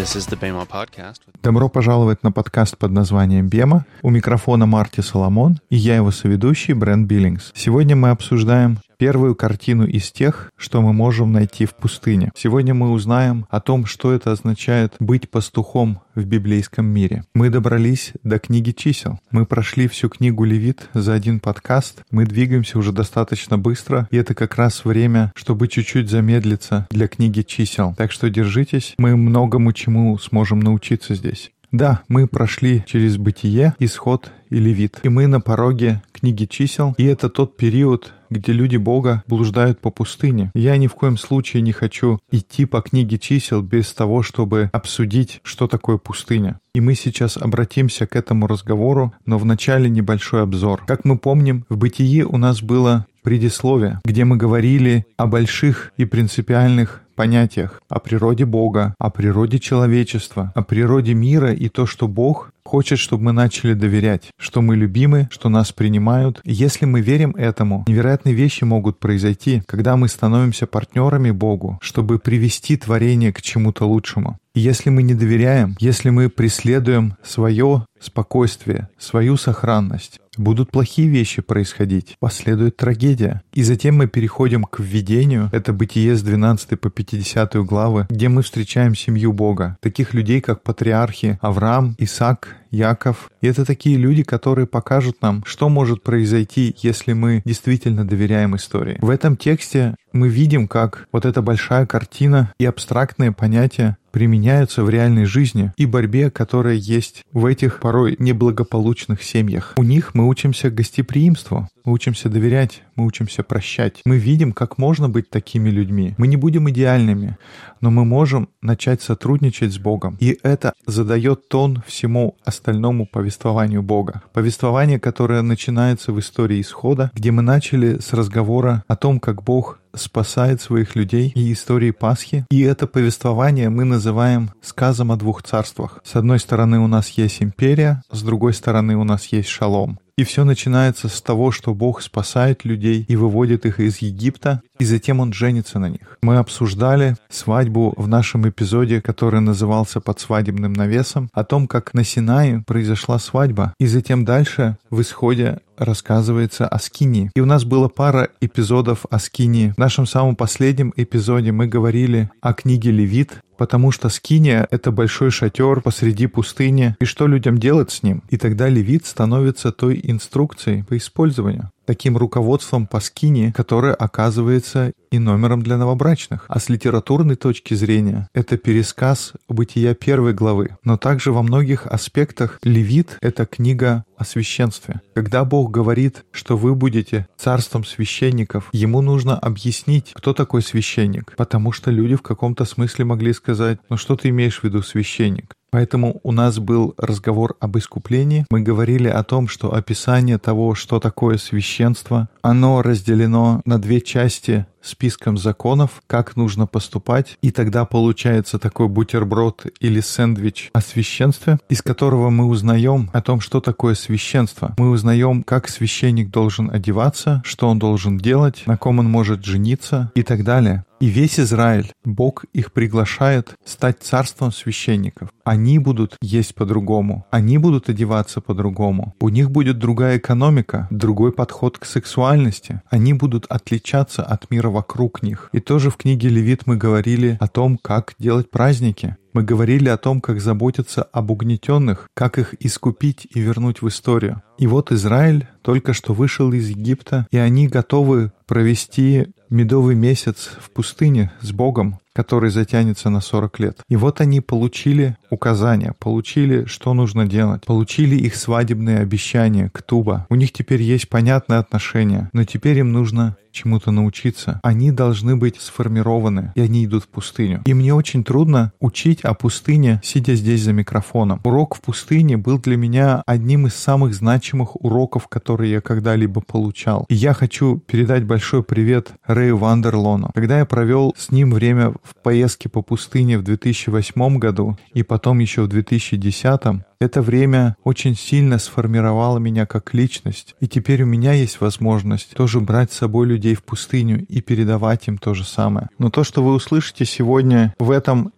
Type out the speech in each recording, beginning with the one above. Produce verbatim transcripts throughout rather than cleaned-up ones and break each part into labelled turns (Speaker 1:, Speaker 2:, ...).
Speaker 1: This is the Bema Podcast.
Speaker 2: Добро пожаловать на подкаст под названием «Бема». У микрофона Марти Соломон, и я его соведущий Брент Биллингс. Сегодня мы обсуждаем первую картину из тех, что мы можем найти в пустыне. Сегодня мы узнаем о том, что это означает быть пастухом в библейском мире. Мы добрались до книги чисел. Мы прошли всю книгу Левит за один подкаст. Мы двигаемся уже достаточно быстро, и это как раз время, чтобы чуть-чуть замедлиться для книги чисел. Так что держитесь, мы многому чему сможем научиться здесь. Да, мы прошли через Бытие, Исход и Левит, и мы на пороге книги чисел, и это тот период, где люди Бога блуждают по пустыне. Я ни в коем случае не хочу идти по книге чисел без того, чтобы обсудить, что такое пустыня. И мы сейчас обратимся к этому разговору, но вначале небольшой обзор. Как мы помним, в Бытие у нас было предисловие, где мы говорили о больших и принципиальных понятиях, о природе Бога, о природе человечества, о природе мира и то, что Бог хочет, чтобы мы начали доверять, что мы любимы, что нас принимают. И если мы верим этому, невероятные вещи могут произойти, когда мы становимся партнерами Богу, чтобы привести творение к чему-то лучшему. И если мы не доверяем, если мы преследуем свое спокойствие, свою сохранность, будут плохие вещи происходить, последует трагедия. И затем мы переходим к введению, это Бытие с двенадцатой по пятидесятую главы, где мы встречаем семью Бога, таких людей, как патриархи Авраам, Исаак, Яков. И это такие люди, которые покажут нам, что может произойти, если мы действительно доверяем истории. В этом тексте мы видим, как вот эта большая картина и абстрактные понятия применяются в реальной жизни и борьбе, которая есть в этих порой неблагополучных семьях. У них мы учимся гостеприимству, мы учимся доверять, мы учимся прощать. Мы видим, как можно быть такими людьми. Мы не будем идеальными, но мы можем начать сотрудничать с Богом. И это задает тон всему остальному повествованию Бога. Повествование, которое начинается в истории Исхода, где мы начали с разговора о том, как Бог спасает своих людей, и истории Пасхи. И это повествование мы называем сказом о двух царствах. С одной стороны у нас есть империя, с другой стороны у нас есть шалом. И все начинается с того, что Бог спасает людей и выводит их из Египта, и затем Он женится на них. Мы обсуждали свадьбу в нашем эпизоде, который назывался «Под свадебным навесом», о том, как на Синае произошла свадьба, и затем дальше в Исходе рассказывается о Скинии. И у нас было пара эпизодов о Скинии. В нашем самом последнем эпизоде мы говорили о книге Левит, потому что Скиния — это большой шатер посреди пустыни, и что людям делать с ним? И тогда Левит становится той инструкцией по использованию, таким руководством по Скинии, которое оказывается и номером для новобрачных. А с литературной точки зрения это пересказ Бытия первой главы. Но также во многих аспектах Левит — это книга о священстве. Когда Бог говорит, что вы будете царством священников, Ему нужно объяснить, кто такой священник. Потому что люди в каком-то смысле могли сказать: ну что ты имеешь в виду священник? Поэтому у нас был разговор об искуплении. Мы говорили о том, что описание того, что такое священство, оно разделено на две части списком законов, как нужно поступать, и тогда получается такой бутерброд или сэндвич о священстве, из которого мы узнаем о том, что такое священство. Мы узнаем, как священник должен одеваться, что он должен делать, на ком он может жениться и так далее. И весь Израиль, Бог их приглашает стать царством священников. Они будут есть по-другому, они будут одеваться по-другому. У них будет другая экономика, другой подход к сексуальности. Они будут отличаться от мира вокруг них. И тоже в книге Левит мы говорили о том, как делать праздники. Мы говорили о том, как заботиться об угнетенных, как их искупить и вернуть в историю. И вот Израиль только что вышел из Египта, и они готовы провести медовый месяц в пустыне с Богом, который затянется на сорок лет. И вот они получили указания, получили, что нужно делать, получили их свадебные обещания, ктуба. У них теперь есть понятные отношения, но теперь им нужно чему-то научиться. Они должны быть сформированы, и они идут в пустыню. И мне очень трудно учить о пустыне, сидя здесь за микрофоном. Урок в пустыне был для меня одним из самых значимых уроков, которые я когда-либо получал. И я хочу передать большой привет Рэю Вандерлону. Когда я провел с ним время в поездке по пустыне в две тысячи восьмом году и потом еще в две тысячи десятом, это время очень сильно сформировало меня как личность, и теперь у меня есть возможность тоже брать с собой людей в пустыню и передавать им то же самое. Но то, что вы услышите сегодня в этом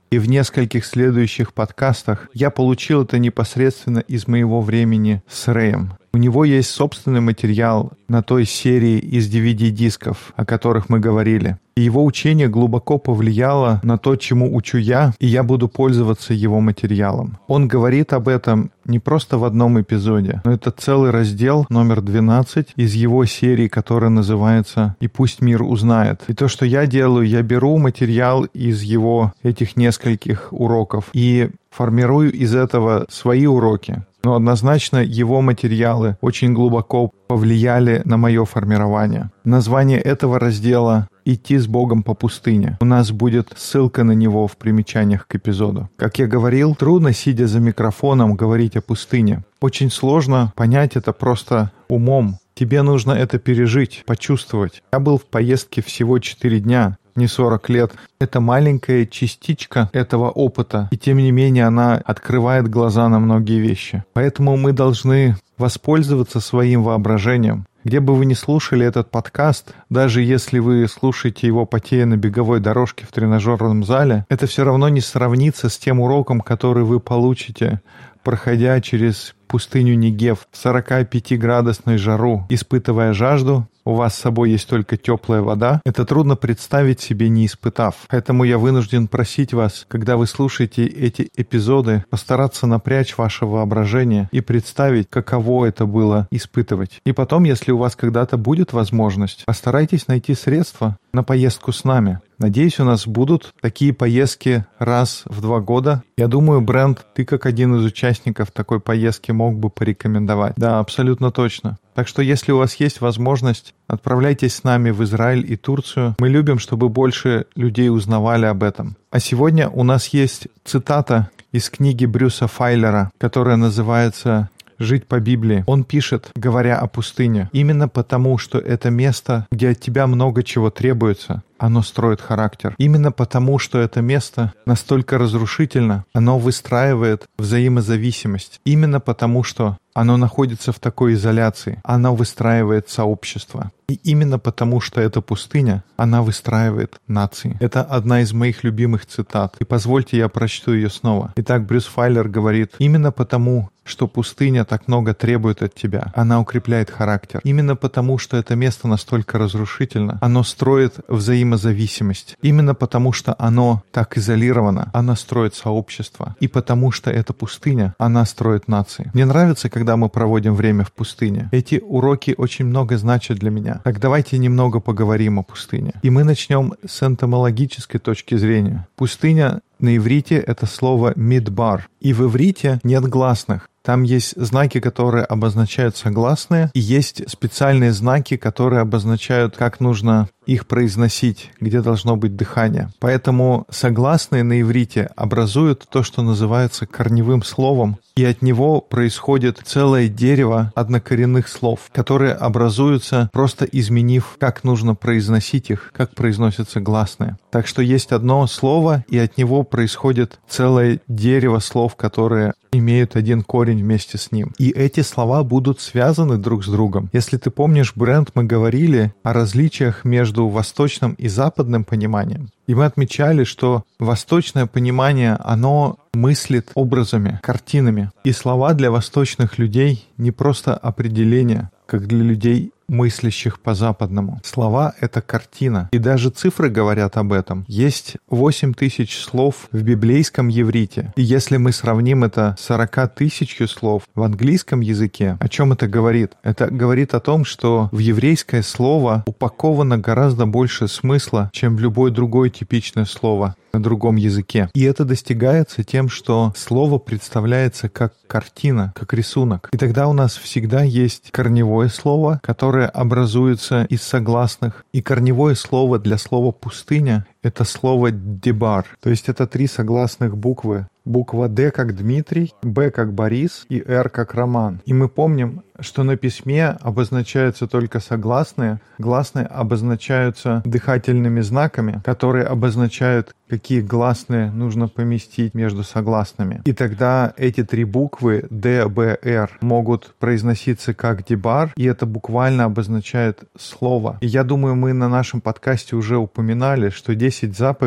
Speaker 2: И в нескольких следующих подкастах я получил это непосредственно из моего времени с Рэем. У него есть собственный материал на той серии из ди ви ди-дисков, о которых мы говорили. И его учение глубоко повлияло на то, чему учу я, и я буду пользоваться его материалом. Он говорит об этом не просто в одном эпизоде, но это целый раздел, номер двенадцать, из его серии, которая называется «И пусть мир узнает». И то, что я делаю, я беру материал из его этих нескольких уроков и формирую из этого свои уроки. Но однозначно его материалы очень глубоко повлияли на мое формирование. Название этого раздела «Идти с Богом по пустыне». У нас будет ссылка на него в примечаниях к эпизоду. Как я говорил, трудно, сидя за микрофоном, говорить о пустыне. Очень сложно понять это просто умом. Тебе нужно это пережить, почувствовать. Я был в поездке всего четыре дня. Не сорок лет. Это маленькая частичка этого опыта, и тем не менее она открывает глаза на многие вещи. Поэтому мы должны воспользоваться своим воображением. Где бы вы ни слушали этот подкаст, даже если вы слушаете его потея на беговой дорожке в тренажерном зале, это все равно не сравнится с тем уроком, который вы получите, проходя через пустыню Негев в сорокапятиградусной жару, испытывая жажду. У вас с собой есть только теплая вода. Это трудно представить себе, не испытав. Поэтому я вынужден просить вас, когда вы слушаете эти эпизоды, постараться напрячь ваше воображение и представить, каково это было испытывать. И потом, если у вас когда-то будет возможность, постарайтесь найти средства на поездку с нами. Надеюсь, у нас будут такие поездки раз в два года. Я думаю, Брент, ты как один из участников такой поездки мог бы порекомендовать. Да, абсолютно точно. Так что, если у вас есть возможность, отправляйтесь с нами в Израиль и Турцию. Мы любим, чтобы больше людей узнавали об этом. А сегодня у нас есть цитата из книги Брюса Файлера, которая называется «Жить по Библии». Он пишет, говоря о пустыне, именно потому, что это место, где от тебя много чего требуется, оно строит характер. Именно потому, что это место настолько разрушительно, оно выстраивает взаимозависимость. Именно потому, что оно находится в такой изоляции, оно выстраивает сообщество. И именно потому, что это пустыня, она выстраивает нации. Это одна из моих любимых цитат. И позвольте, я прочту ее снова. Итак, Брюс Файлер говорит, именно потому, что пустыня так много требует от тебя, она укрепляет характер. Именно потому, что это место настолько разрушительно, оно строит взаимозависимость. Именно потому, что оно так изолировано, она строит сообщество. И потому, что это пустыня, она строит нации. Мне нравится, когда мы проводим время в пустыне. Эти уроки очень много значат для меня. Так давайте немного поговорим о пустыне. И мы начнем с энтомологической точки зрения. Пустыня на иврите — это слово «мидбар». И в иврите нет гласных. Там есть знаки, которые обозначают согласные, и есть специальные знаки, которые обозначают, как нужно их произносить, где должно быть дыхание. Поэтому согласные на иврите образуют то, что называется корневым словом, и от него происходит целое дерево однокоренных слов, которые образуются, просто изменив, как нужно произносить их, как произносятся гласные. Так что есть одно слово, и от него происходит целое дерево слов, которые имеют один корень вместе с ним. И эти слова будут связаны друг с другом. Если ты помнишь, Брент, мы говорили о различиях между восточным и западным пониманием. И мы отмечали, что восточное понимание, оно мыслит образами, картинами. И слова для восточных людей не просто определение, как для людей, мыслящих по-западному. Слова — это картина. И даже цифры говорят об этом. Есть восемь тысяч слов в библейском иврите. И если мы сравним это с сорока тысячью слов в английском языке, о чем это говорит? Это говорит о том, что в еврейское слово упаковано гораздо больше смысла, чем в любое другое типичное слово на другом языке. И это достигается тем, что слово представляется как картина, как рисунок. И тогда у нас всегда есть корневое слово, которое образуется из согласных. И корневое слово для слова «пустыня» — это слово «дебар». То есть это три согласных буквы. Буква «Д» как Дмитрий, «Б» как Борис и «Р» как Роман. И мы помним, что на письме обозначаются только согласные, гласные обозначаются дыхательными знаками, которые обозначают, какие гласные нужно поместить между согласными. И тогда эти три буквы «Д», «Б», «Р» могут произноситься как «дебар», и это буквально обозначает слово. И я думаю, мы на нашем подкасте уже упоминали, что десять заповедей —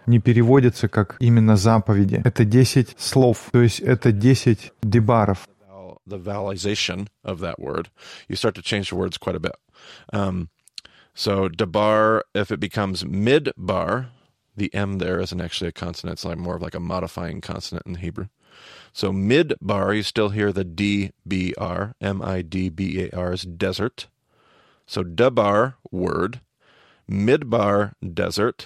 Speaker 2: не переводится как именно заповеди. Это десять слов, то есть это десять дебаров.
Speaker 1: The vowelization of that word, you start to change the words quite a bit. Um, so dabar, if it becomes midbar, the M there isn't actually a consonant. It's like more of like a modifying consonant in Hebrew. So midbar, you still hear the D B R, M I D B A R is desert. So dabar, word. Midbar, desert.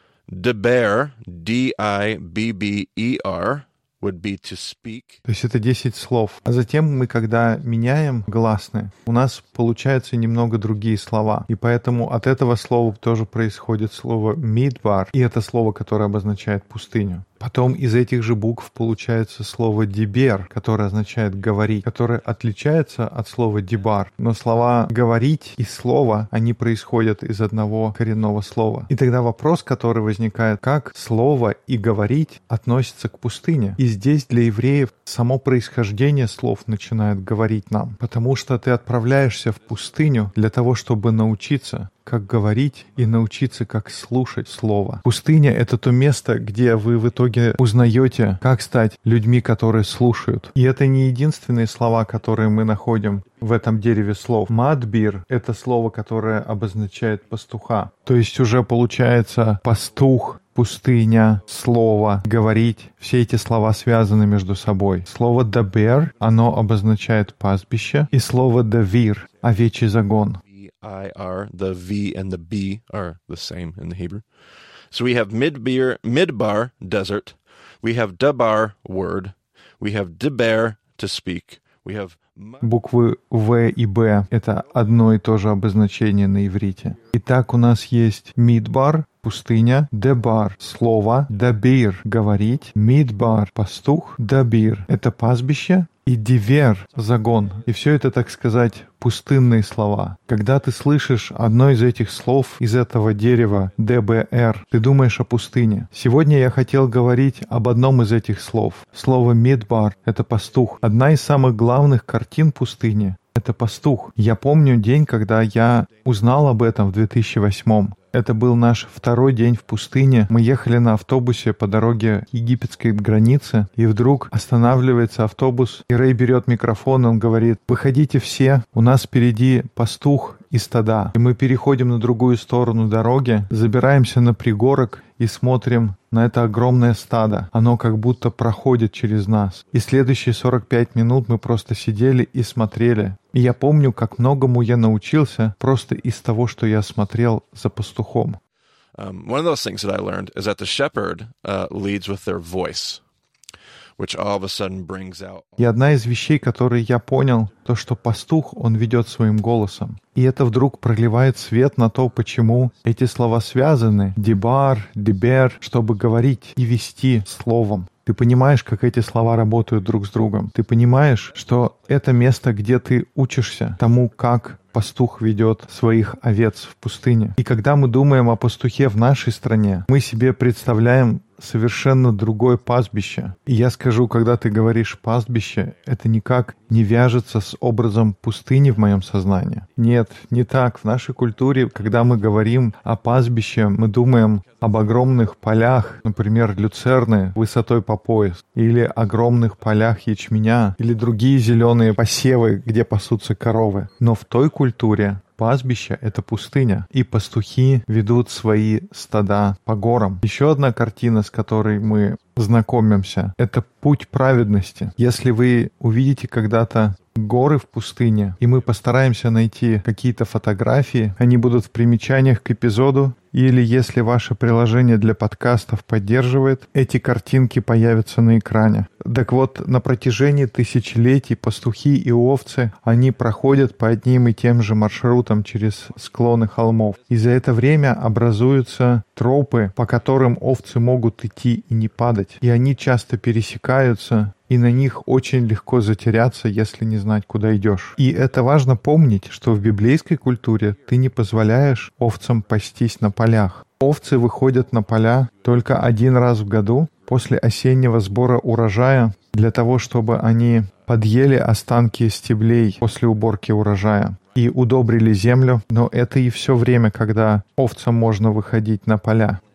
Speaker 1: Deber, D I B B E R, would be to speak.
Speaker 2: То есть это десять слов. А затем мы, когда меняем гласные, у нас получаются немного другие слова. И поэтому от этого слова тоже происходит слово «мидбар», и это слово, которое обозначает пустыню. Потом из этих же букв получается слово «дибер», которое означает «говорить», которое отличается от слова «дибар». Но слова «говорить» и «слово», они происходят из одного коренного слова. И тогда вопрос, который возникает, как слово и «говорить» относятся к пустыне. И здесь для евреев само происхождение слов начинает говорить нам. Потому что ты отправляешься в пустыню для того, чтобы научиться, как говорить и научиться, как слушать слово. Пустыня — это то место, где вы в итоге узнаете, как стать людьми, которые слушают. И это не единственные слова, которые мы находим в этом дереве слов. Мадбир — это слово, которое обозначает пастуха. То есть уже получается пастух, пустыня, слово, говорить. Все эти слова связаны между собой. Слово «дабер», оно обозначает пастбище, и слово «давир» — овечий загон.
Speaker 1: I R, the V and the B are the same in the Hebrew. So we have midbar, midbar, desert. We have dabar, word. We have deber, to speak. We have...
Speaker 2: Буквы В и Б — это одно и то же обозначение на иврите. Итак, у нас есть мидбар — пустыня, дебар — слово, дабир — говорить, мидбар — пастух, дабир — это пастбище, и дивер — загон. И все это, так сказать, пустынные слова. Когда ты слышишь одно из этих слов из этого дерева Д Б Р, ты думаешь о пустыне. Сегодня я хотел говорить об одном из этих слов. Слово «мидбар» — это пастух. Одна из самых главных картин пустыни — это пастух. Я помню день, когда я узнал об этом в две тысячи восьмом. Это был наш второй день в пустыне. Мы ехали на автобусе по дороге к египетской границе, и вдруг останавливается автобус, и Рэй берет микрофон, и он говорит: «Выходите все, у нас впереди пастух и стада». И мы переходим на другую сторону дороги, забираемся на пригорок и смотрим на это огромное стадо. Оно как будто проходит через нас. И следующие сорок пять минут мы просто сидели и смотрели. И я помню, как многому я научился просто из того, что я смотрел за пастухом.
Speaker 1: Um, one of those things that I learned is that the shepherd uh, leads with their voice, which all of a sudden brings out...
Speaker 2: И одна из вещей, которые я понял, то, что пастух, он ведет своим голосом. И это вдруг проливает свет на то, почему эти слова связаны. Дибар, дибер, чтобы говорить и вести словом. Ты понимаешь, как эти слова работают друг с другом. Ты понимаешь, что это место, где ты учишься тому, как пастух ведет своих овец в пустыне. И когда мы думаем о пастухе в нашей стране, мы себе представляем совершенно другое пастбище. И я скажу, когда ты говоришь «пастбище», это никак не вяжется с образом пустыни в моем сознании. Нет, не так. В нашей культуре, когда мы говорим о пастбище, мы думаем об огромных полях, например, люцерны высотой по пояс, или огромных полях ячменя, или другие зеленые посевы, где пасутся коровы. Но в той культуре пастбище — это пустыня, и пастухи ведут свои стада по горам. Еще одна картина, с которой мы знакомимся, это путь праведности. Если вы увидите когда-то горы в пустыне, и мы постараемся найти какие-то фотографии, они будут в примечаниях к эпизоду, или если ваше приложение для подкастов поддерживает, эти картинки появятся на экране. Так вот, на протяжении тысячелетий пастухи и овцы, они проходят по одним и тем же маршрутам через склоны холмов. И за это время образуются тропы, по которым овцы могут идти и не падать. И они часто пересекаются, и на них очень легко затеряться, если не знать, куда идешь. И это важно помнить, что в библейской культуре ты не позволяешь овцам пастись на полях. Овцы выходят на поля только один раз в году, после осеннего сбора урожая, для того, чтобы они подъели останки стеблей после уборки урожая и удобрили землю, но это и все время, когда овцам можно выходить на поля.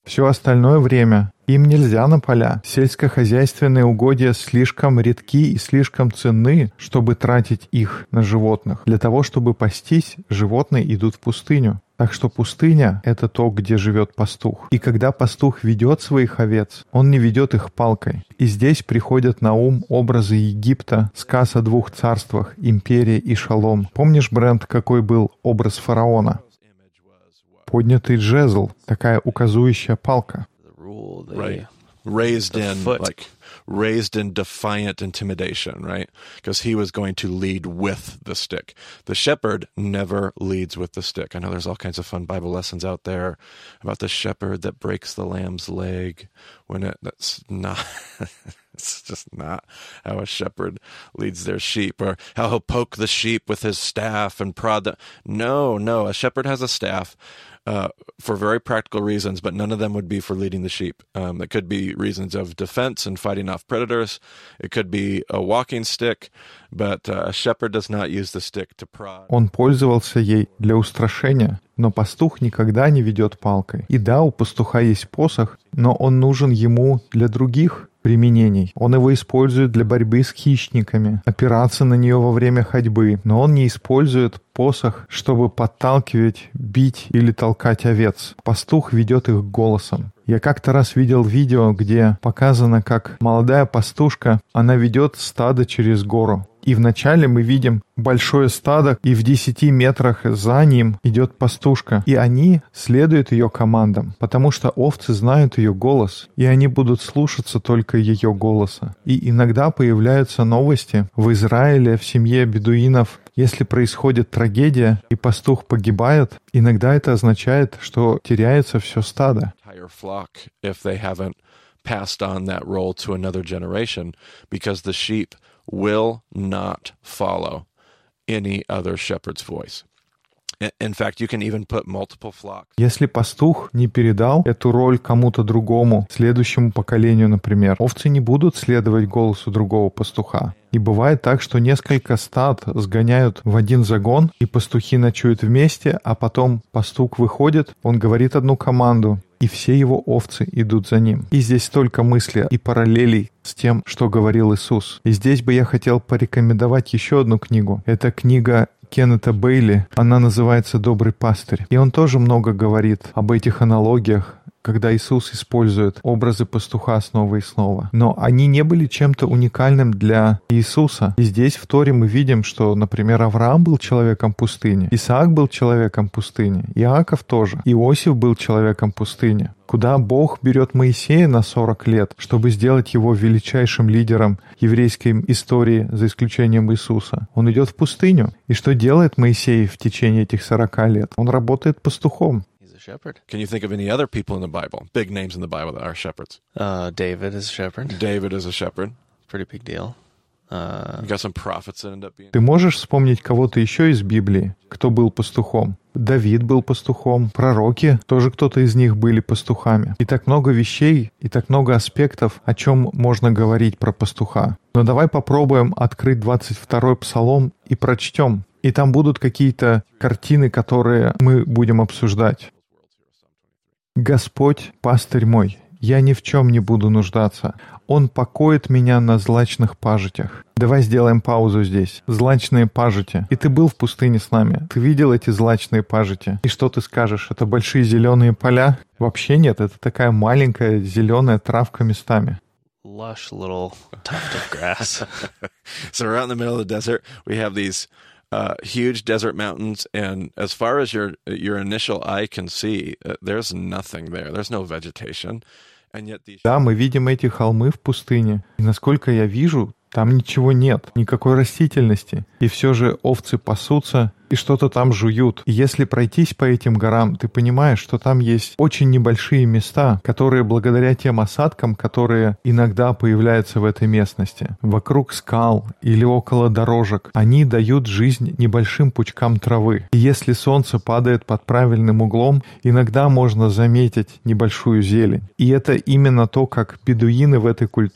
Speaker 2: Все остальное время им нельзя на поля. Сельскохозяйственные угодья слишком редки и слишком ценны, чтобы тратить их на животных. Для того, чтобы пастись, животные идут в пустыню. Так что пустыня — это то, где живет пастух. И когда пастух ведет своих овец, он не ведет их палкой. И здесь приходят на ум образы Египта, сказ о двух царствах, империя и шалом. Помнишь, Брент, какой был образ фараона? Поднятый джезл, такая указующая палка.
Speaker 1: Right. Raised in, like, raised in defiant intimidation, right? Because he was going to lead with the stick. The shepherd never leads with the stick. I know there's all kinds of fun Bible lessons out there about the shepherd that breaks the lamb's leg when it, that's not, it's just not how a shepherd leads their sheep, or how he'll poke the sheep with his staff and prod the, no, no, a shepherd has a staff. Uh, for very practical reasons, but none of them would be for leading the sheep. Um, it could be reasons of defense and fighting off predators. It could be a walking stick, but uh, a shepherd does not use the stick to prod.
Speaker 2: Он пользовался ей для устрашения, но пастух никогда не ведет палкой. И да, у пастуха есть посох, но он нужен ему для других применений. Он его использует для борьбы с хищниками, опираться на нее во время ходьбы, но он не использует посох, чтобы подталкивать, бить или толкать овец. Пастух ведет их голосом. Я как-то раз видел видео, где показано, как молодая пастушка, она ведет стадо через гору. И вначале мы видим большое стадо, и в десяти метрах за ним идет пастушка. И они следуют ее командам, потому что овцы знают ее голос, и они будут слушаться только ее голоса. И иногда появляются новости в Израиле, в семье бедуинов. Если происходит трагедия, и пастух погибает, иногда это означает, что теряется все стадо.
Speaker 1: Will not follow any other shepherd's voice. In fact, you can even put multiple flocks.
Speaker 2: Если пастух не передал эту роль кому-то другому, следующему поколению, например, овцы не будут следовать голосу другого пастуха. И бывает так, что несколько стад сгоняют в один загон, и пастухи ночуют вместе, а потом пастух выходит, он говорит одну команду, и все его овцы идут за ним. И здесь столько мыслей и параллелей с тем, что говорил Иисус. И здесь бы я хотел порекомендовать еще одну книгу. Это книга Кеннета Бейли. Она называется «Добрый пастырь». И он тоже много говорит об этих аналогиях, когда Иисус использует образы пастуха снова и снова. Но они не были чем-то уникальным для Иисуса. И здесь в Торе мы видим, что, например, Авраам был человеком пустыни, Исаак был человеком пустыни, Иаков тоже, Иосиф был человеком пустыни. Куда Бог берет Моисея на сорок лет, чтобы сделать его величайшим лидером еврейской истории, за исключением Иисуса. Он идет в пустыню. И что делает Моисей в течение этих сорока лет? Он работает пастухом.
Speaker 1: Shepherd. Can you think of any other people in the Bible, big names in the Bible that are shepherds?
Speaker 3: Uh, David is a shepherd.
Speaker 1: David is a shepherd.
Speaker 3: Pretty big deal. Uh,
Speaker 1: you got some prophets that end up being...
Speaker 2: Ты можешь вспомнить кого-то еще из Библии, кто был пастухом? Давид был пастухом, пророки, тоже кто-то из них были пастухами. И так много вещей, и так много аспектов, о чем можно говорить про пастуха. Но давай попробуем открыть двадцать второй Псалом и прочтем. И там будут какие-то картины, которые мы будем обсуждать. «Господь, пастырь мой, я ни в чем не буду нуждаться. Он покоит меня на злачных пажитях». Давай сделаем паузу здесь. Злачные пажити. И ты был в пустыне с нами. Ты видел эти злачные пажити. И что ты скажешь? Это большие зеленые поля? Вообще нет, это такая маленькая зеленая травка местами.
Speaker 3: Lush little tuft of grass.
Speaker 1: So we're out in the middle of the desert. We have these Uh, huge desert mountains, and as far as your your initial eye can see, uh, there's nothing there. There's no vegetation, and yet these...
Speaker 2: Да, мы видим эти холмы в пустыне, и насколько я вижу, там ничего нет, никакой растительности, и все же овцы пасутся и что-то там жуют. И если пройтись по этим горам, ты понимаешь, что там есть очень небольшие места, которые благодаря тем осадкам, которые иногда появляются в этой местности, вокруг скал или около дорожек, они дают жизнь небольшим пучкам травы. И если солнце падает под правильным углом, иногда можно заметить небольшую зелень. И это именно то, как бедуины в этой культуре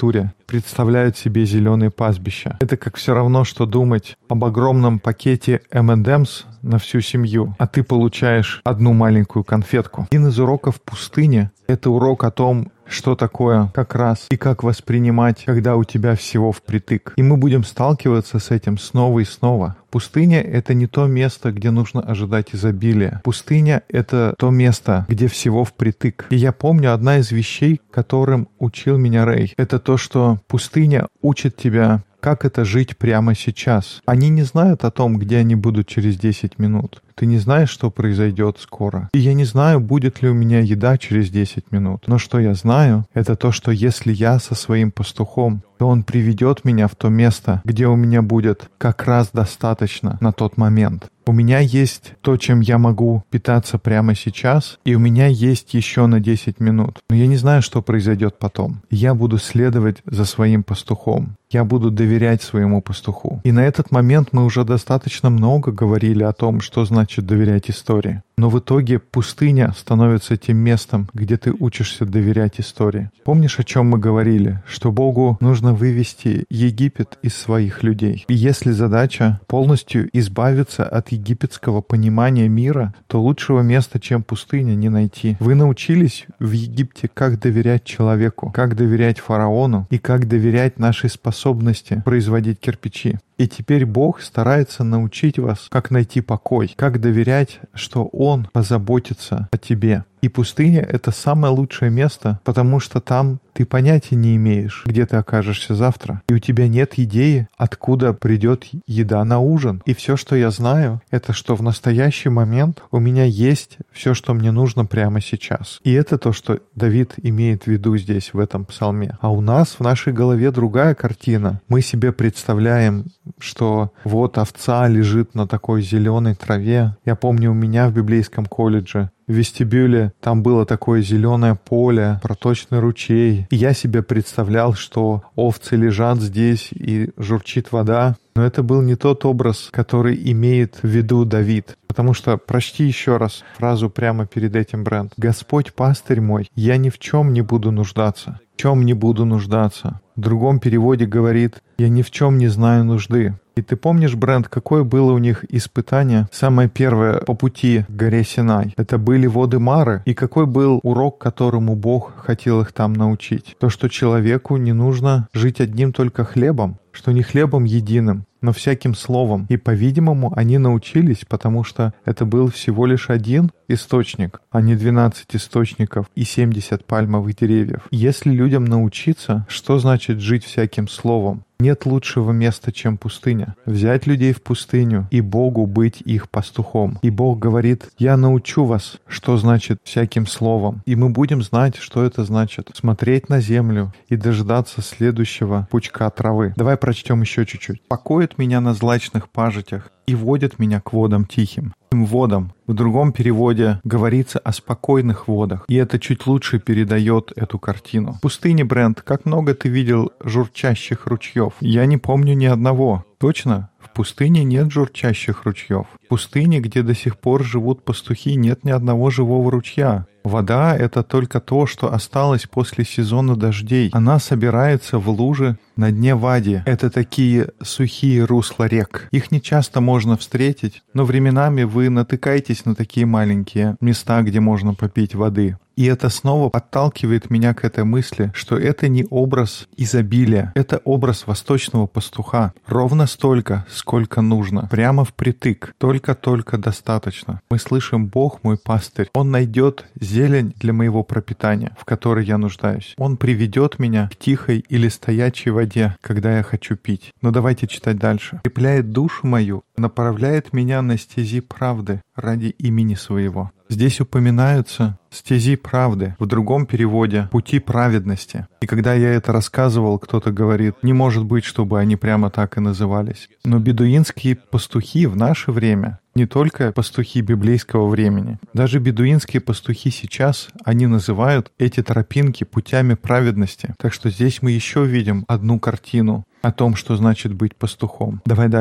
Speaker 2: представляют себе зеленые пастбища. Это как все равно, что думать об огромном пакете эм энд эмс на всю семью, а ты получаешь одну маленькую конфетку. Один из уроков пустыни — это урок о том, что такое как раз и как воспринимать, когда у тебя всего впритык. И мы будем сталкиваться с этим снова и снова. Пустыня — это не то место, где нужно ожидать изобилия. Пустыня — это то место, где всего впритык. И я помню, одна из вещей, которым учил меня Рэй, это то, что пустыня учит тебя, как это жить прямо сейчас. Они не знают о том, где они будут через десять минут. Ты не знаешь, что произойдет скоро. И я не знаю, будет ли у меня еда через десять минут. Но что я знаю, это то, что если я со своим пастухом, то он приведет меня в то место, где у меня будет как раз достаточно на тот момент. У меня есть то, чем я могу питаться прямо сейчас, и у меня есть еще на десять минут. Но я не знаю, что произойдет потом. Я буду следовать за своим пастухом. Я буду доверять своему пастуху. И на этот момент мы уже достаточно много говорили о том, что значит доверять истории. Но в итоге пустыня становится тем местом, где ты учишься доверять истории. Помнишь, о чем мы говорили? Что Богу нужно вывести Египет из своих людей. И если задача полностью избавиться от египетского понимания мира, то лучшего места, чем пустыня, не найти. Вы научились в Египте, как доверять человеку, как доверять фараону и как доверять нашей способности производить кирпичи. И теперь Бог старается научить вас, как найти покой, как доверять, что Он позаботится о тебе. И пустыня — это самое лучшее место, потому что там ты понятия не имеешь, где ты окажешься завтра. И у тебя нет идеи, откуда придет еда на ужин. И все, что я знаю, это что в настоящий момент у меня есть все, что мне нужно прямо сейчас. И это то, что Давид имеет в виду здесь, в этом псалме. А у нас в нашей голове другая картина. Мы себе представляем, что вот овца лежит на такой зеленой траве. Я помню, у меня в библейском колледже в вестибюле там было такое зеленое поле, проточный ручей. И я себе представлял, что овцы лежат здесь и журчит вода. Но это был не тот образ, который имеет в виду Давид. Потому что, прочти еще раз фразу прямо перед этим, Брент. «Господь пастырь мой, я ни в чем не буду нуждаться». В чем не буду нуждаться. В другом переводе говорит «я ни в чем не знаю нужды». И ты помнишь, Брент, какое было у них испытание? Самое первое по пути к горе Синай. Это были воды Мары. И какой был урок, которому Бог хотел их там научить? То, что человеку не нужно жить одним только хлебом, что не хлебом единым, но всяким словом. И, по-видимому, они научились, потому что это был всего лишь один источник, а не двенадцать источников и семьдесят пальмовых деревьев. Если людям научиться, что значит жить всяким словом, нет лучшего места, чем пустыня. Взять людей в пустыню и Богу быть их пастухом. И Бог говорит: «Я научу вас, что значит всяким словом». И мы будем знать, что это значит. Смотреть на землю и дождаться следующего пучка травы. Давай прочтем еще чуть-чуть. «Покоит меня на злачных пажитях и водит меня к водам тихим». Водам. В другом переводе говорится о спокойных водах, и это чуть лучше передает эту картину. В пустыне, Брент, как много ты видел журчащих ручьев? Я не помню ни одного. Точно? В пустыне нет журчащих ручьев. В пустыне, где до сих пор живут пастухи, нет ни одного живого ручья. Вода — это только то, что осталось после сезона дождей. Она собирается в лужи на дне Вади. Это такие сухие русла рек. Их не часто можно встретить, но временами вы натыкаетесь на такие маленькие места, где можно попить воды. И это снова подталкивает меня к этой мысли, что это не образ изобилия, это образ восточного пастуха. Ровно столько, сколько нужно, прямо впритык, только-только достаточно. Мы слышим: «Бог мой пастырь, Он найдет зелень для моего пропитания, в которой я нуждаюсь. Он приведет меня к тихой или стоячей воде, когда я хочу пить». Но давайте читать дальше. «Крепляет душу мою, направляет меня на стези правды ради имени своего». Здесь упоминаются стези правды, в другом переводе пути праведности. И когда я это рассказывал, кто-то говорит: не может быть, чтобы они прямо так и назывались. Но бедуинские пастухи в наше время, не только пастухи библейского времени, даже бедуинские пастухи сейчас, они называют эти тропинки путями праведности. Так что здесь мы еще видим одну картину о том, что значит быть пастухом. Давай дальше.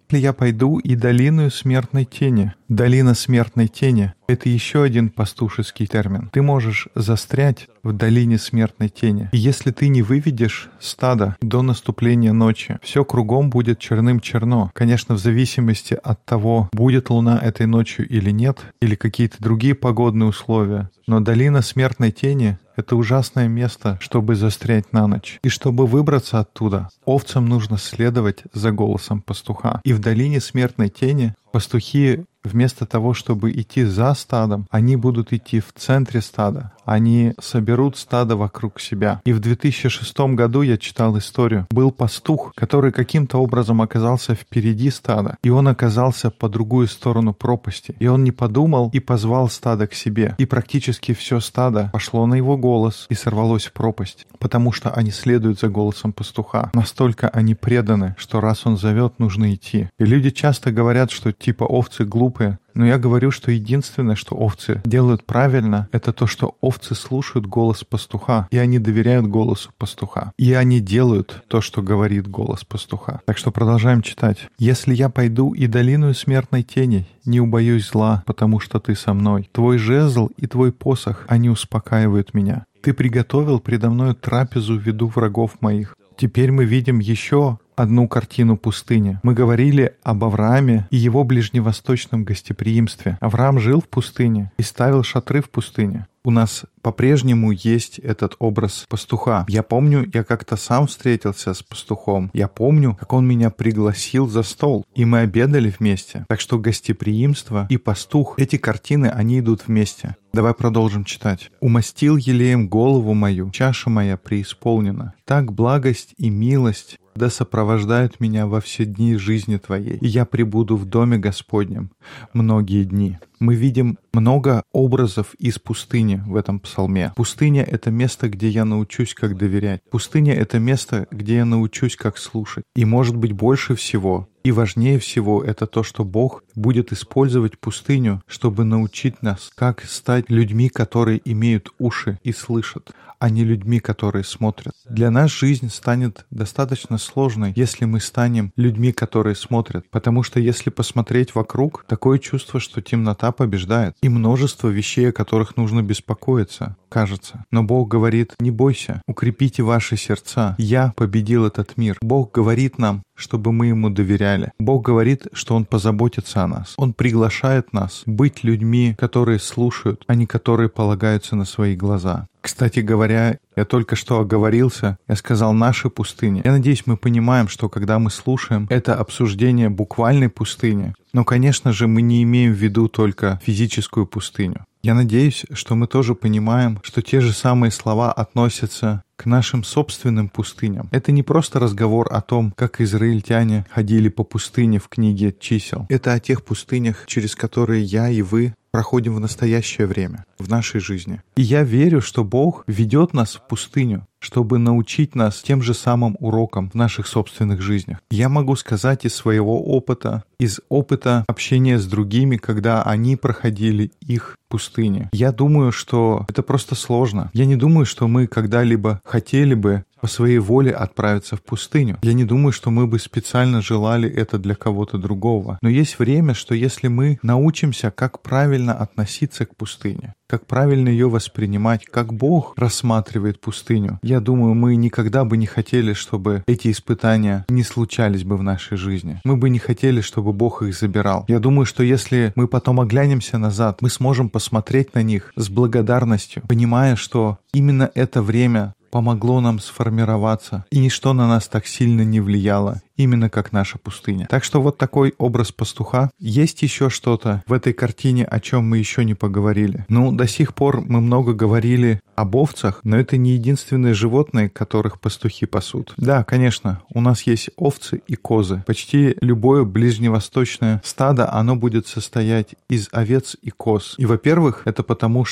Speaker 2: Если я пойду и долиною смертной тени. Долина смертной тени — это еще один пастушеский термин. Ты можешь застрять в долине смертной тени. И если ты не выведешь стадо до наступления ночи, все кругом будет черным-черно. Конечно, в зависимости от того, будет луна этой ночью или нет, или какие-то другие погодные условия. Но долина смертной тени — это ужасное место, чтобы застрять на ночь. И чтобы выбраться оттуда, овцам нужно следовать за голосом пастуха. И в долине смертной тени пастухи вместо того, чтобы идти за стадом, они будут идти в центре стада. Они соберут стадо вокруг себя. И в две тысячи шестом году я читал историю. Был пастух, который каким-то образом оказался впереди стада. И он оказался по другую сторону пропасти. И он не подумал и позвал стадо к себе. И практически все стадо пошло на его голос и сорвалось в пропасть. Потому что они следуют за голосом пастуха. Настолько они преданы, что раз он зовет, нужно идти. И люди часто говорят, что типа овцы глупые. Но я говорю, что единственное, что овцы делают правильно, это то, что овцы слушают голос пастуха, и они доверяют голосу пастуха. И они делают то, что говорит голос пастуха. Так что продолжаем читать. «Если я пойду и долиною смертной тени, не убоюсь зла, потому что ты со мной. Твой жезл и твой посох, они успокаивают меня. Ты приготовил предо мною трапезу в виду врагов моих». Теперь мы видим еще одну картину пустыни. Мы говорили об Аврааме и его ближневосточном гостеприимстве. Авраам жил в пустыне и ставил шатры в пустыне. У нас по-прежнему есть этот образ пастуха. Я помню, я как-то сам встретился с пастухом. Я помню, как он меня пригласил за стол, и мы обедали вместе. Так что гостеприимство и пастух, эти картины, они идут вместе. Давай продолжим читать. «Умастил елеем голову мою, чаша моя преисполнена. Так благость и милость да сопровождают меня во все дни жизни Твоей, и я пребуду в доме Господнем многие дни». Мы видим много образов из пустыни в этом псалме. Пустыня — это место, где я научусь, как доверять. Пустыня — это место, где я научусь, как слушать. И, может быть, больше всего и важнее всего это то, что Бог будет использовать пустыню, чтобы научить нас, как стать людьми, которые имеют уши и слышат, а не людьми, которые смотрят. Для нас жизнь станет достаточно сложной, если мы станем людьми, которые смотрят. Потому что если посмотреть вокруг, такое чувство, что темнота побеждает. И множество вещей, о которых нужно беспокоиться, кажется. Но Бог говорит: не бойся, укрепите ваши сердца. Я победил этот мир. Бог говорит нам, чтобы мы Ему доверяли. Бог говорит, что Он позаботится о нас. Он приглашает нас быть людьми, которые слушают, а не которые полагаются на свои глаза. Кстати говоря, я только что оговорился, я сказал «наши пустыни». Я надеюсь, мы понимаем, что когда мы слушаем это обсуждение буквальной пустыни, но, конечно же, мы не имеем в виду только физическую пустыню. Я надеюсь, что мы тоже понимаем, что те же самые слова относятся к нашим собственным пустыням. Это не просто разговор о том, как израильтяне ходили по пустыне в книге чисел. Это о тех пустынях, через которые я и вы проходим в настоящее время, в нашей жизни. И я верю, что Бог ведет нас в пустыню, чтобы научить нас тем же самым урокам в наших собственных жизнях. Я могу сказать из своего опыта, из опыта общения с другими, когда они проходили их пустыни. Я думаю, что это просто сложно. Я не думаю, что мы когда-либо хотели бы по своей воле отправиться в пустыню. Я не думаю, что мы бы специально желали это для кого-то другого. Но есть время, что если мы научимся, как правильно относиться к пустыне, как правильно ее воспринимать, как Бог рассматривает пустыню, я думаю, мы никогда бы не хотели, чтобы эти испытания не случались бы в нашей жизни. Мы бы не хотели, чтобы Бог их забирал. Я думаю, что если мы потом оглянемся назад, мы сможем посмотреть на них с благодарностью, понимая, что именно это время помогло нам сформироваться, и ничто на нас так сильно не влияло, именно как наша пустыня. Так что вот такой образ пастуха. Есть еще что-то в этой картине, о чем мы еще не поговорили. Ну, до сих пор мы много говорили об овцах, но это не единственные животные, которых пастухи пасут. Да, конечно, у нас есть овцы и козы. Почти любое ближневосточное стадо, оно будет состоять из овец и коз. И, во-первых, это потому, что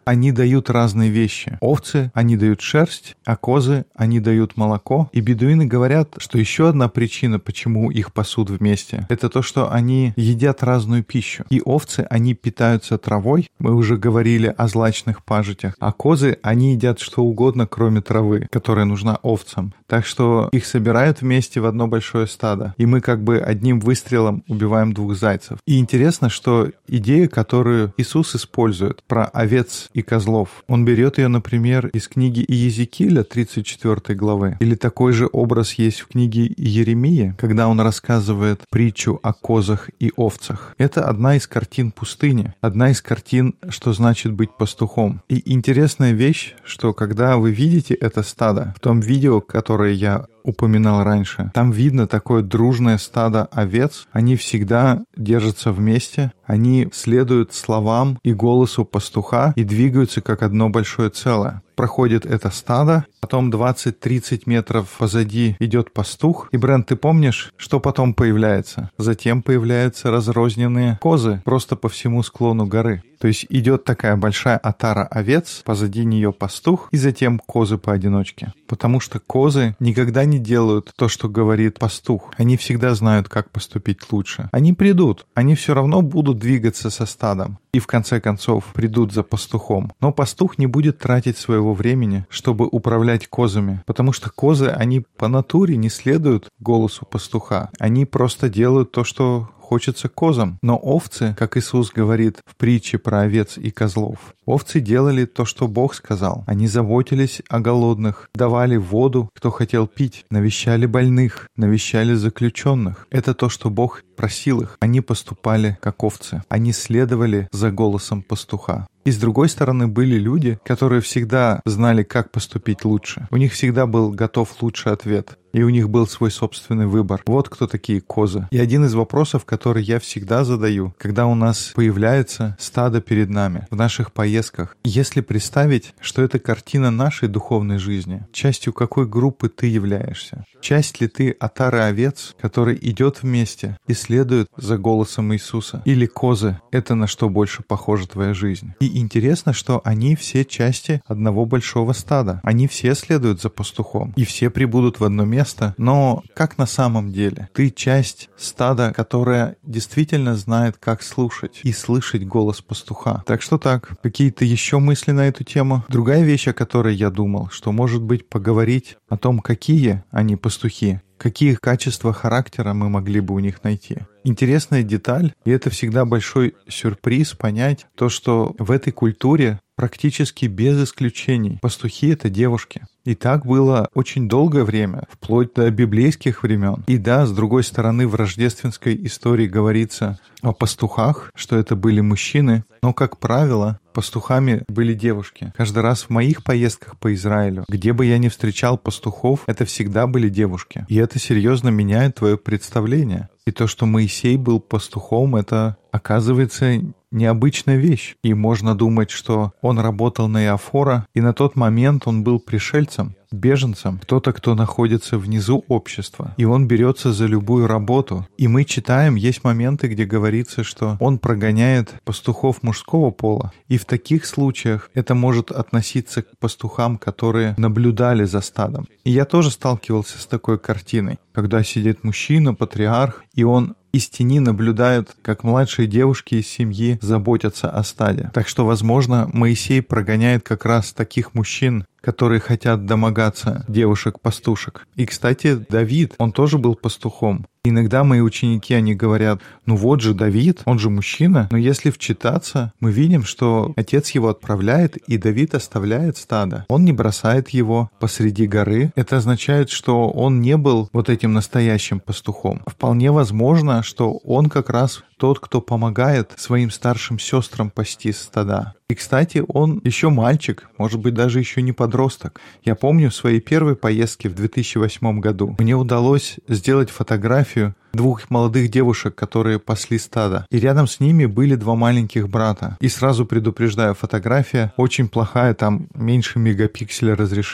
Speaker 2: они дают разные вещи. Овцы, они дают шерсть, а козы, они дают молоко. И бедуины говорят, что еще одна причина, почему их пасут вместе, это то, что они едят разную пищу. И овцы, они питаются травой, мы уже говорили о злачных пажитях, а козы, они едят что угодно, кроме травы, которая нужна овцам. Так что их собирают вместе в одно большое стадо, и мы как бы одним выстрелом убиваем двух зайцев. И интересно, что идея, которую Иисус использует про овец и козлов, он берет ее, например, из книги Иезекииля, тридцать четвёртой главы. Или такой же образ есть в книге Иеремии, когда он рассказывает притчу о козах и овцах. Это одна из картин пустыни, одна из картин, что значит быть пастухом. И интересная вещь, что когда вы видите это стадо, в том видео, которое я упоминал раньше, там видно такое дружное стадо овец. Они всегда держатся вместе, они следуют словам и голосу пастуха и двигаются как одно большое целое. Проходит это стадо, потом двадцать-тридцать метров позади идет пастух. И, Брент, ты помнишь, что потом появляется? Затем появляются разрозненные козы просто по всему склону горы. То есть идет такая большая отара овец, позади нее пастух, и затем козы поодиночке. Потому что козы никогда не делают то, что говорит пастух. Они всегда знают, как поступить лучше. Они придут, они все равно будут двигаться со стадом. И в конце концов придут за пастухом. Но пастух не будет тратить своего времени, чтобы управлять козами. Потому что козы, они по натуре не следуют голосу пастуха. Они просто делают то, что хочется козам. Но овцы, как Иисус говорит в притче про овец и козлов, овцы делали то, что Бог сказал. Они заботились о голодных, давали воду, кто хотел пить, навещали больных, навещали заключенных. Это то, что Бог просил их. Они поступали как овцы. Они следовали за голосом пастуха. И с другой стороны были люди, которые всегда знали, как поступить лучше. У них всегда был готов лучший ответ. И у них был свой собственный выбор. Вот кто такие козы. И один из вопросов, который я всегда задаю, когда у нас появляется стадо перед нами в наших поездках. Если представить, что это картина нашей духовной жизни, частью какой группы ты являешься? Часть ли ты отары овец, который идет вместе и следует за голосом Иисуса? Или козы — это на что больше похожа твоя жизнь? И интересно, что они все части одного большого стада. Они все следуют за пастухом. И все прибудут в одно место. Но как на самом деле? Ты часть стада, которая действительно знает, как слушать и слышать голос пастуха. Так что так. Какие-то еще мысли на эту тему? Другая вещь, о которой я думал, что, может быть, поговорить о том, какие они пастухи. Какие качества характера мы могли бы у них найти? Интересная деталь, и это всегда большой сюрприз понять то, что в этой культуре практически без исключений пастухи — это девушки. И так было очень долгое время, вплоть до библейских времен. И да, с другой стороны, в рождественской истории говорится о пастухах, что это были мужчины, но, как правило, пастухами были девушки. Каждый раз в моих поездках по Израилю, где бы я ни встречал пастухов, это всегда были девушки. И это серьезно меняет твое представление. И то, что Моисей был пастухом, это, оказывается, необычная вещь. И можно думать, что он работал на Иофора, и на тот момент он был пришельцем, беженцем, кто-то, кто находится внизу общества. И он берется за любую работу. И мы читаем, есть моменты, где говорится, что он прогоняет пастухов мужского пола. И в таких случаях это может относиться к пастухам, которые наблюдали за стадом. И я тоже сталкивался с такой картиной, когда сидит мужчина, патриарх, и он из тени наблюдает, как младшие девушки из семьи заботятся о стаде. Так что, возможно, Моисей прогоняет как раз таких мужчин, которые хотят домогаться девушек-пастушек. И, кстати, Давид, он тоже был пастухом. Иногда мои ученики, они говорят, ну вот же Давид, он же мужчина. Но если вчитаться, мы видим, что отец его отправляет, и Давид оставляет стадо. Он не бросает его посреди горы. Это означает, что он не был вот этим настоящим пастухом. Вполне возможно, что он как раз тот, кто помогает своим старшим сестрам пасти стада. И, кстати, он еще мальчик, может быть, даже еще не подросток. Я помню в своей первой поездке в две тысячи восьмом году мне удалось сделать фотографию двух молодых девушек, которые пасли стадо. И рядом с ними были два маленьких брата. И сразу предупреждаю, фотография очень плохая, там меньше мегапикселя разрешения.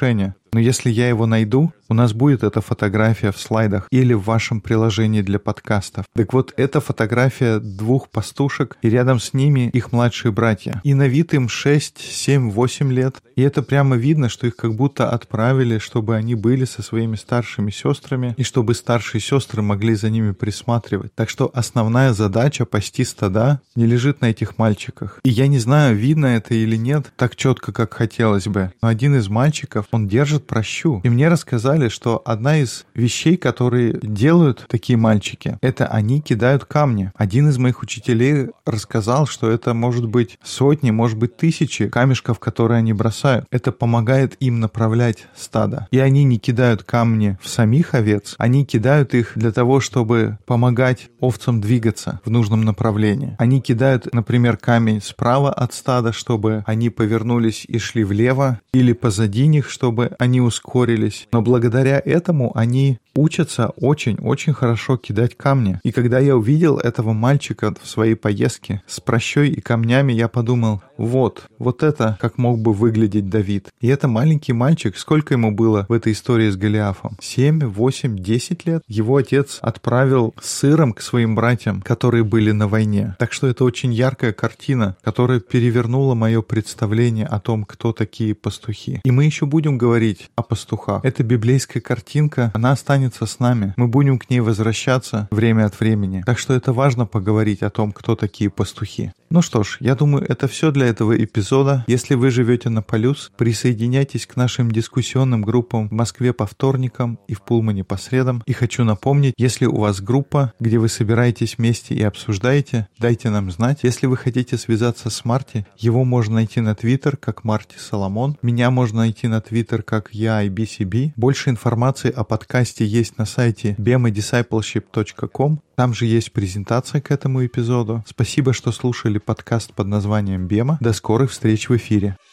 Speaker 2: Но если я его найду, у нас будет эта фотография в слайдах или в вашем приложении для подкастов. Так вот, это фотография двух пастушек, и рядом с ними их младшие братья. И на вид им шесть, семь, восемь лет. И это прямо видно, что их как будто отправили, чтобы они были со своими старшими сестрами, и чтобы старшие сестры могли за ними присматривать. Так что основная задача пасти стада не лежит на этих мальчиках. И я не знаю, видно это или нет так четко, как хотелось бы. Но один из мальчиков, он держит пращу. И мне рассказали, что одна из вещей, которые делают такие мальчики, это они кидают камни. Один из моих учителей рассказал, что это может быть сотни, может быть тысячи камешков, которые они бросают. Это помогает им направлять стадо. И они не кидают камни в самих овец, они кидают их для того, чтобы помогать овцам двигаться в нужном направлении. Они кидают, например, камень справа от стада, чтобы они повернулись и шли влево, или позади них, чтобы они ускорились. Но благодаря этому они учатся очень-очень хорошо кидать камни. И когда я увидел этого мальчика в своей поездке с пращой и камнями, я подумал, вот, вот это как мог бы выглядеть Давид. И это маленький мальчик, сколько ему было в этой истории с Голиафом? семь, восемь, десять лет? Его отец отправил с сыром к своим братьям, которые были на войне. Так что это очень яркая картина, которая перевернула мое представление о том, кто такие пастухи. И мы еще будем говорить о пастухах. Это библейская картинка, она останется с нами. Мы будем к ней возвращаться время от времени. Так что это важно поговорить о том, кто такие пастухи. Ну что ж, я думаю, это все для этого эпизода. Если вы живете на Полюс, присоединяйтесь к нашим дискуссионным группам в Москве по вторникам и в Пулмане по средам. И хочу напомнить, если у вас группа, где вы собираетесь вместе и обсуждаете, дайте нам знать. Если вы хотите связаться с Марти, его можно найти на Твиттер как Марти Соломон. Меня можно найти на Твиттер как я ай би си би. Больше информации о подкасте есть на сайте бема дисайплшип точка ком. Там же есть презентация к этому эпизоду. Спасибо, что слушали подкаст под названием «Бема». До скорых встреч в эфире.